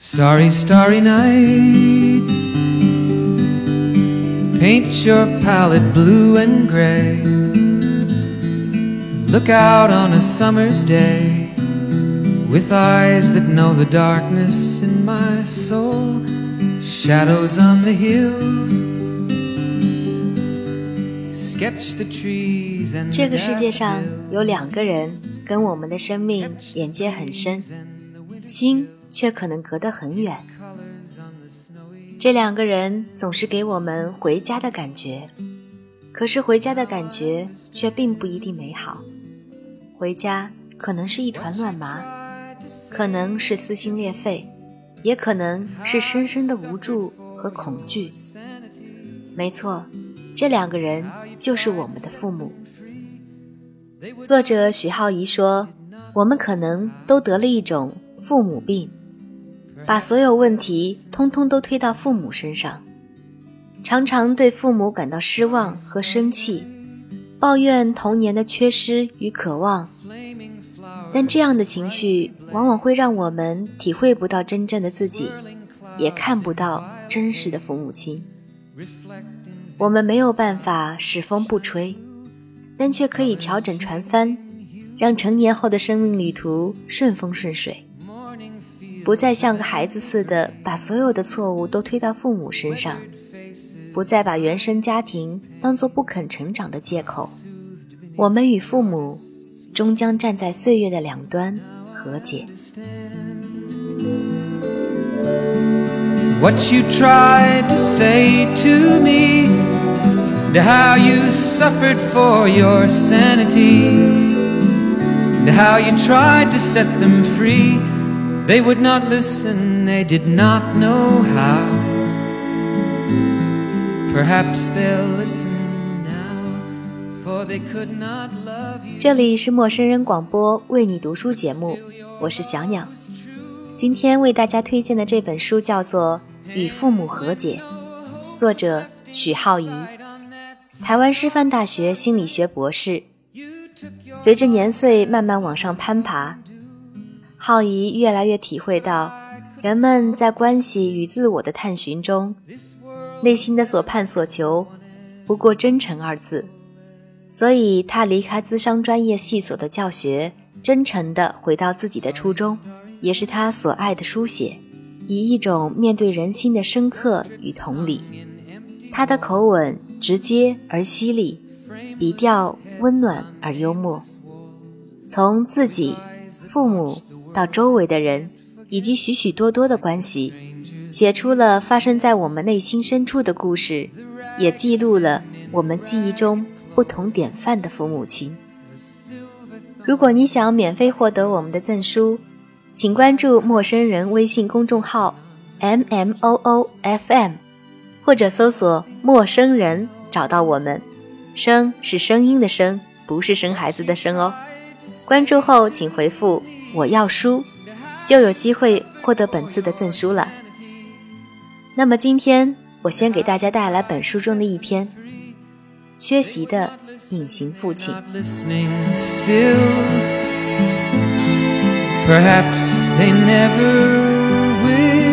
Starry, starry night, paint your palette blue and gray. Look out on a summer's day, with eyes that know the darkness in my soul. Shadows on the hills, sketch the trees and 这个世界上有两个人跟我们的生命连接很深，心却可能隔得很远。这两个人总是给我们回家的感觉，可是回家的感觉却并不一定美好。回家可能是一团乱麻，可能是撕心裂肺，也可能是深深的无助和恐惧。没错，这两个人就是我们的父母。作者许浩怡说，我们可能都得了一种父母病，把所有问题通通都推到父母身上，常常对父母感到失望和生气，抱怨童年的缺失与渴望。但这样的情绪往往会让我们体会不到真正的自己，也看不到真实的父母亲。我们没有办法使风不吹，但却可以调整船帆，让成年后的生命旅途顺风顺水，不再像个孩子似的把所有的错误都推到父母身上，不再把原生家庭当作不肯成长的借口。我们与父母终将站在岁月的两端和解。 What you tried to say to me, and how you suffered for your sanity, and how you tried to set them free. They would not listen, they did not know how. Perhaps they'll listen now, for they could not love you. 这里是陌生人广播为你读书节目，我是小鸟。今天为大家推荐的这本书叫做《与父母和解》，作者许浩怡，台湾师范大学心理学博士。随着年岁慢慢往上攀爬，浩怡越来越体会到，人们在关系与自我的探寻中，内心的所盼所求不过真诚二字。所以他离开咨商专业系所的教学，真诚地回到自己的初衷，也是他所爱的书写，以一种面对人心的深刻与同理。他的口吻直接而犀利，笔调温暖而幽默，从自己、父母到周围的人，以及许许多多的关系，写出了发生在我们内心深处的故事，也记录了我们记忆中不同典范的父母亲。如果你想免费获得我们的赠书，请关注陌生人微信公众号 MMOOFM， 或者搜索陌生人找到我们。声是声音的声，不是生孩子的生哦。关注后请回复我要书，就有机会获得本次的赠书了。那么今天我先给大家带来本书中的一篇缺席的隐形父亲。 Perhaps they never will.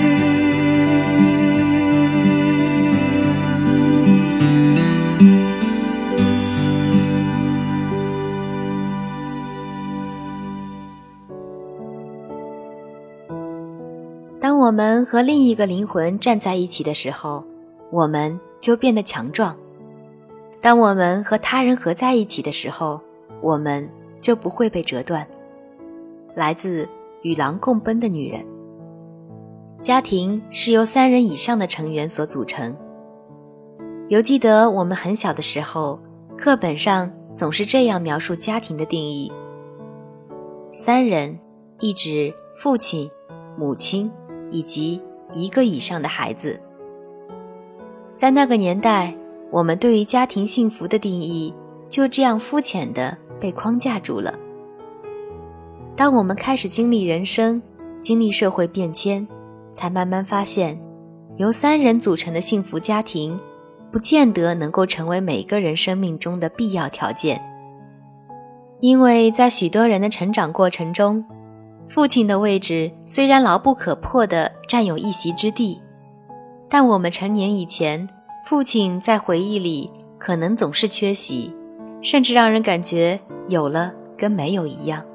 当我们和另一个灵魂站在一起的时候，我们就变得强壮。当我们和他人合在一起的时候，我们就不会被折断。来自与狼共奔的女人。家庭是由3人以上的成员所组成。犹记得我们很小的时候，课本上总是这样描述家庭的定义：3人意指父亲、母亲以及1个以上的孩子。在那个年代，我们对于家庭幸福的定义就这样肤浅地被框架住了。当我们开始经历人生，经历社会变迁，才慢慢发现，由3人组成的幸福家庭，不见得能够成为每个人生命中的必要条件。因为在许多人的成长过程中， 父亲的位置虽然牢不可破地占有一席之地，但我们成年以前，父亲在回忆里可能总是缺席，甚至让人感觉有了跟没有一样。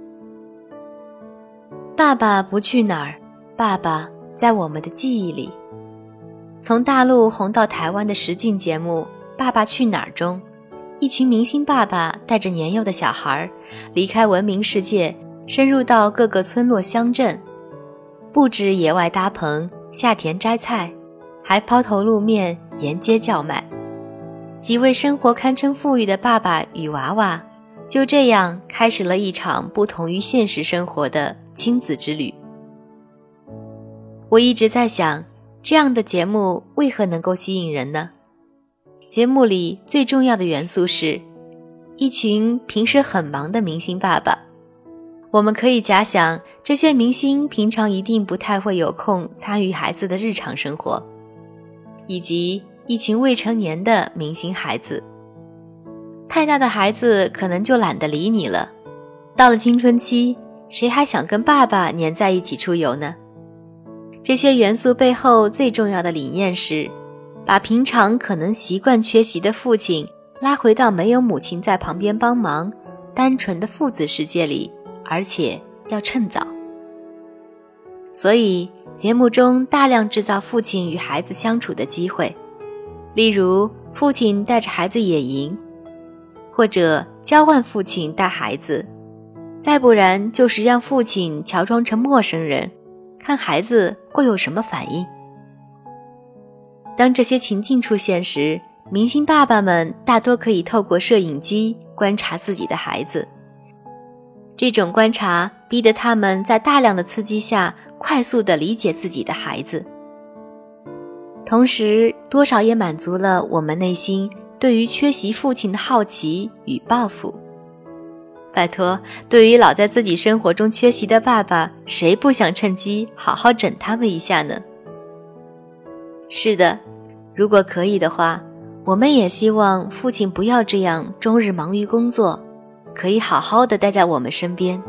爸爸不去哪儿，爸爸在我们的记忆里。从大陆红到台湾的实境节目《爸爸去哪儿》中，一群明星爸爸带着年幼的小孩离开文明世界，深入到各个村落乡镇，不止野外搭棚下田摘菜，还抛头露面沿街叫卖。几位生活堪称富裕的爸爸与娃娃就这样开始了一场不同于现实生活的亲子之旅。我一直在想，这样的节目为何能够吸引人呢？节目里最重要的元素是一群平时很忙的明星爸爸。我们可以假想，这些明星平常一定不太会有空参与孩子的日常生活，以及一群未成年的明星孩子。太大的孩子可能就懒得理你了，到了青春期，谁还想跟爸爸黏在一起出游呢？这些元素背后最重要的理念是，把平常可能习惯缺席的父亲拉回到没有母亲在旁边帮忙，单纯的父子世界里，而且要趁早。所以节目中大量制造父亲与孩子相处的机会，例如父亲带着孩子野营，或者交换父亲带孩子，再不然就是让父亲乔装成陌生人，看孩子会有什么反应。当这些情境出现时，明星爸爸们大多可以透过摄影机观察自己的孩子。这种观察逼得他们在大量的刺激下快速地理解自己的孩子，同时多少也满足了我们内心对于缺席父亲的好奇与报复。拜托，对于老在自己生活中缺席的爸爸，谁不想趁机好好整他们一下呢？是的，如果可以的话，我们也希望父亲不要这样终日忙于工作，可以好好的待在我们身边。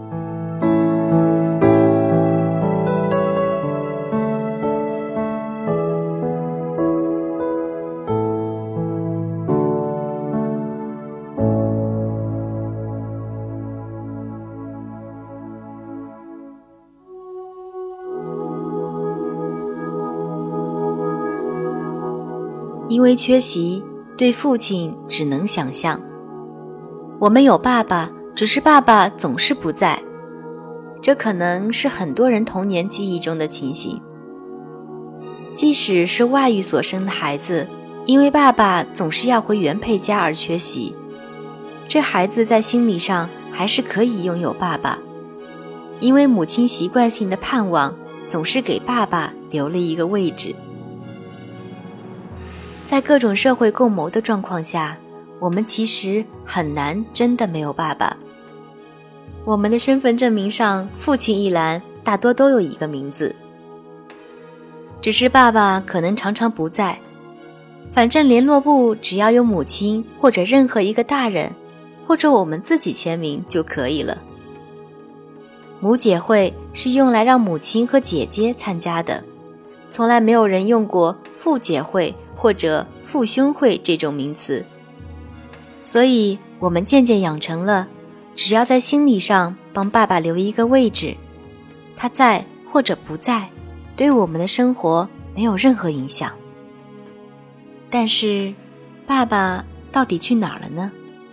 因为缺席，对父亲只能想象。我们有爸爸，只是爸爸总是不在。这可能是很多人童年记忆中的情形。即使是外遇所生的孩子，因为爸爸总是要回原配家而缺席，这孩子在心理上还是可以拥有爸爸，因为母亲习惯性的盼望总是给爸爸留了一个位置。在各种社会共谋的状况下，我们其实很难真的没有爸爸。我们的身份证明上父亲一栏大多都有一个名字，只是爸爸可能常常不在，反正联络簿只要有母亲或者任何一个大人，或者我们自己签名就可以了。母姐会是用来让母亲和姐姐参加的，从来没有人用过父姐会或者父兄会这种名词。所以我们渐渐养成了，只要在心理上帮爸爸留一个位置，他在或者不在，对我们的生活没有任何影响。但是爸爸到底去哪儿了呢？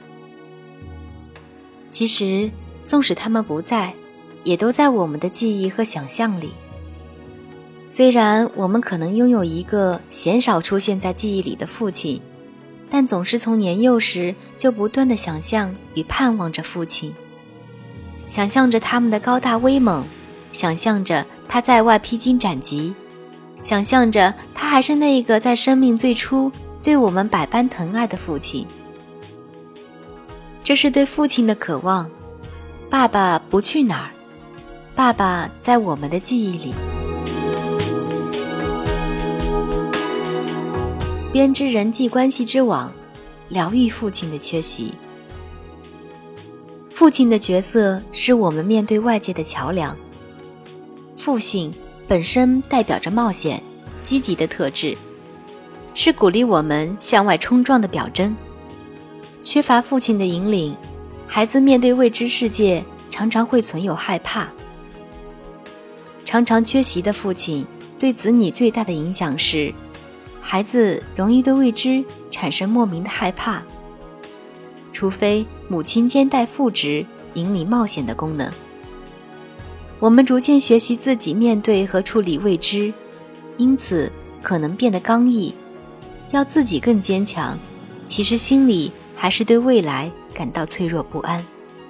其实纵使他们不在，也都在我们的记忆和想象里。虽然我们可能拥有一个鲜少出现在记忆里的父亲，但总是从年幼时就不断地想象与盼望着父亲，想象着他们的高大威猛，想象着他在外披荆斩棘，想象着他还是那个在生命最初对我们百般疼爱的父亲。这是对父亲的渴望。爸爸不去哪儿，爸爸在我们的记忆里。编织人际关系之网，疗愈父亲的缺席。 父亲的角色是我们面对外界的桥梁。父性本身代表着冒险、积极的特质，是鼓励我们向外冲撞的表征。缺乏父亲的引领，孩子面对未知世界常常会存有害怕。常常缺席的父亲对子女最大的影响是，孩子容易对未知产生莫名的害怕，除非母亲兼带父职引领冒险的功能。我们逐渐学习自己面对和处理未知，因此可能变得刚毅，要自己更坚强，其实心里还是对未来感到脆弱不安。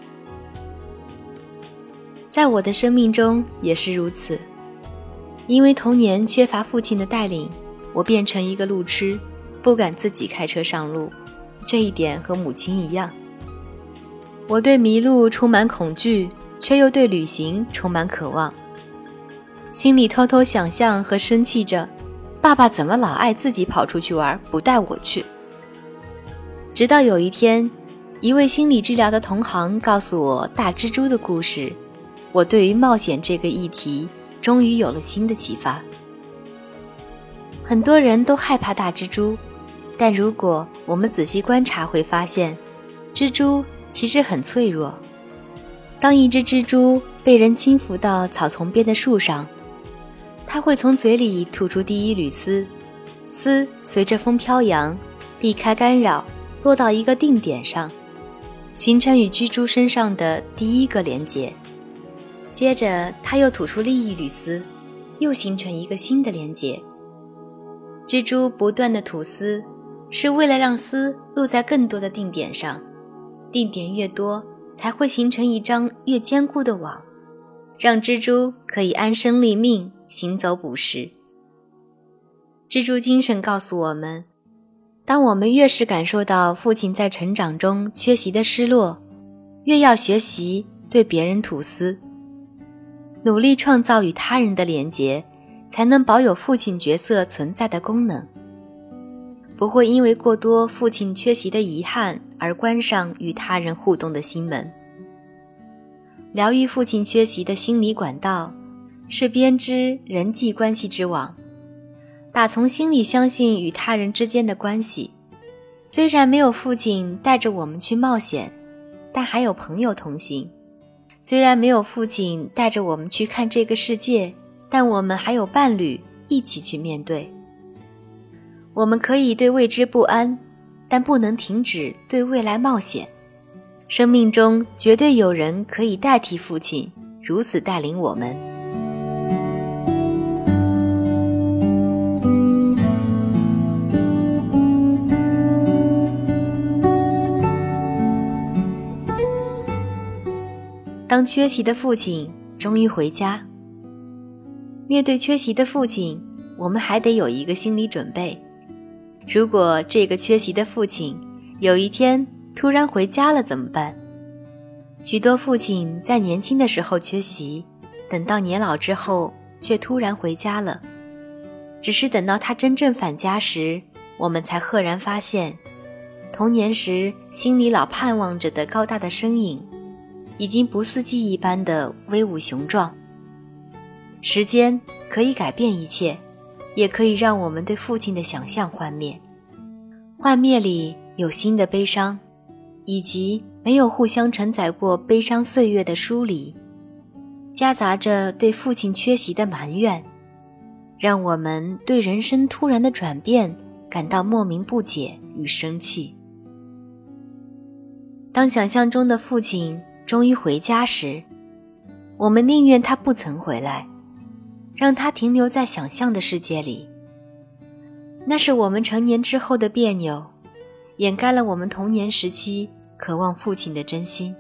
在我的生命中也是如此，因为童年缺乏父亲的带领，我变成一个路痴，不敢自己开车上路，这一点和母亲一样。我对迷路充满恐惧，却又对旅行充满渴望，心里偷偷想象和生气着，爸爸怎么老爱自己跑出去玩，不带我去。直到有一天，一位心理治疗的同行告诉我大蜘蛛的故事，我对于冒险这个议题终于有了新的启发。很多人都害怕大蜘蛛，但如果我们仔细观察，会发现蜘蛛其实很脆弱。当一只蜘蛛被人轻浮到草丛边的树上，它会从嘴里吐出第一缕丝，丝随着风飘扬，避开干扰，落到一个定点上，形成与蜘蛛身上的第一个连结。接着它又吐出另一缕丝，又形成一个新的连结。蜘蛛不断的吐丝，是为了让丝落在更多的定点上，定点越多，才会形成一张越坚固的网，让蜘蛛可以安身立命，行走捕食。蜘蛛精神告诉我们，当我们越是感受到父亲在成长中缺席的失落，越要学习对别人吐丝，努力创造与他人的连结，才能保有父亲角色存在的功能，不会因为过多父亲缺席的遗憾而关上与他人互动的心门。疗愈父亲缺席的心理管道是编织人际关系之网，打从心里相信与他人之间的关系。虽然没有父亲带着我们去冒险，但还有朋友同行。虽然没有父亲带着我们去看这个世界，但我们还有伴侣一起去面对。我们可以对未知不安，但不能停止对未来冒险。生命中绝对有人可以代替父亲，如此带领我们。当缺席的父亲终于回家，面对缺席的父亲，我们还得有一个心理准备。如果这个缺席的父亲有一天突然回家了怎么办？许多父亲在年轻的时候缺席，等到年老之后却突然回家了。只是等到他真正返家时，我们才赫然发现，童年时心里老盼望着的高大的身影，已经不似记忆般的威武雄壮。时间可以改变一切，也可以让我们对父亲的想象幻灭。幻灭里有新的悲伤，以及没有互相承载过悲伤岁月的疏离，夹杂着对父亲缺席的埋怨，让我们对人生突然的转变感到莫名不解与生气。当想象中的父亲终于回家时，我们宁愿他不曾回来，让他停留在想象的世界里。那是我们成年之后的别扭，掩盖了我们童年时期渴望父亲的真心。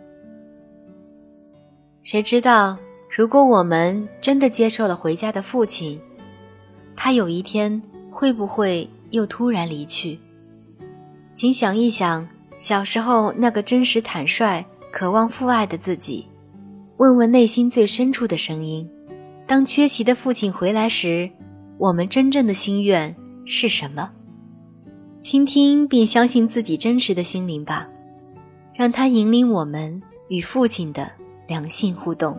谁知道，如果我们真的接受了回家的父亲，他有一天会不会又突然离去？请想一想，小时候那个真实坦率、渴望父爱的自己，问问内心最深处的声音。当缺席的父亲回来时，我们真正的心愿是什么？倾听并相信自己真实的心灵吧，让它引领我们与父亲的良性互动。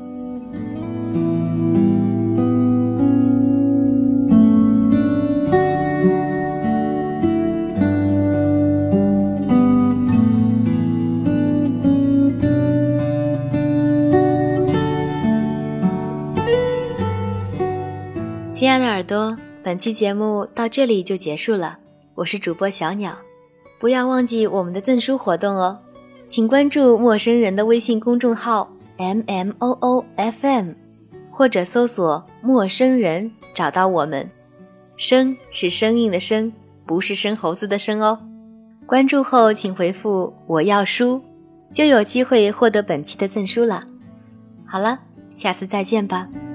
亲爱的耳朵，本期节目到这里就结束了，我是主播小鸟。不要忘记我们的赠书活动哦，请关注陌生人的微信公众号 MMOOFM， 或者搜索陌生人找到我们。生是生硬的生，不是生猴子的生哦。关注后请回复我要书，就有机会获得本期的赠书了。好了，下次再见吧。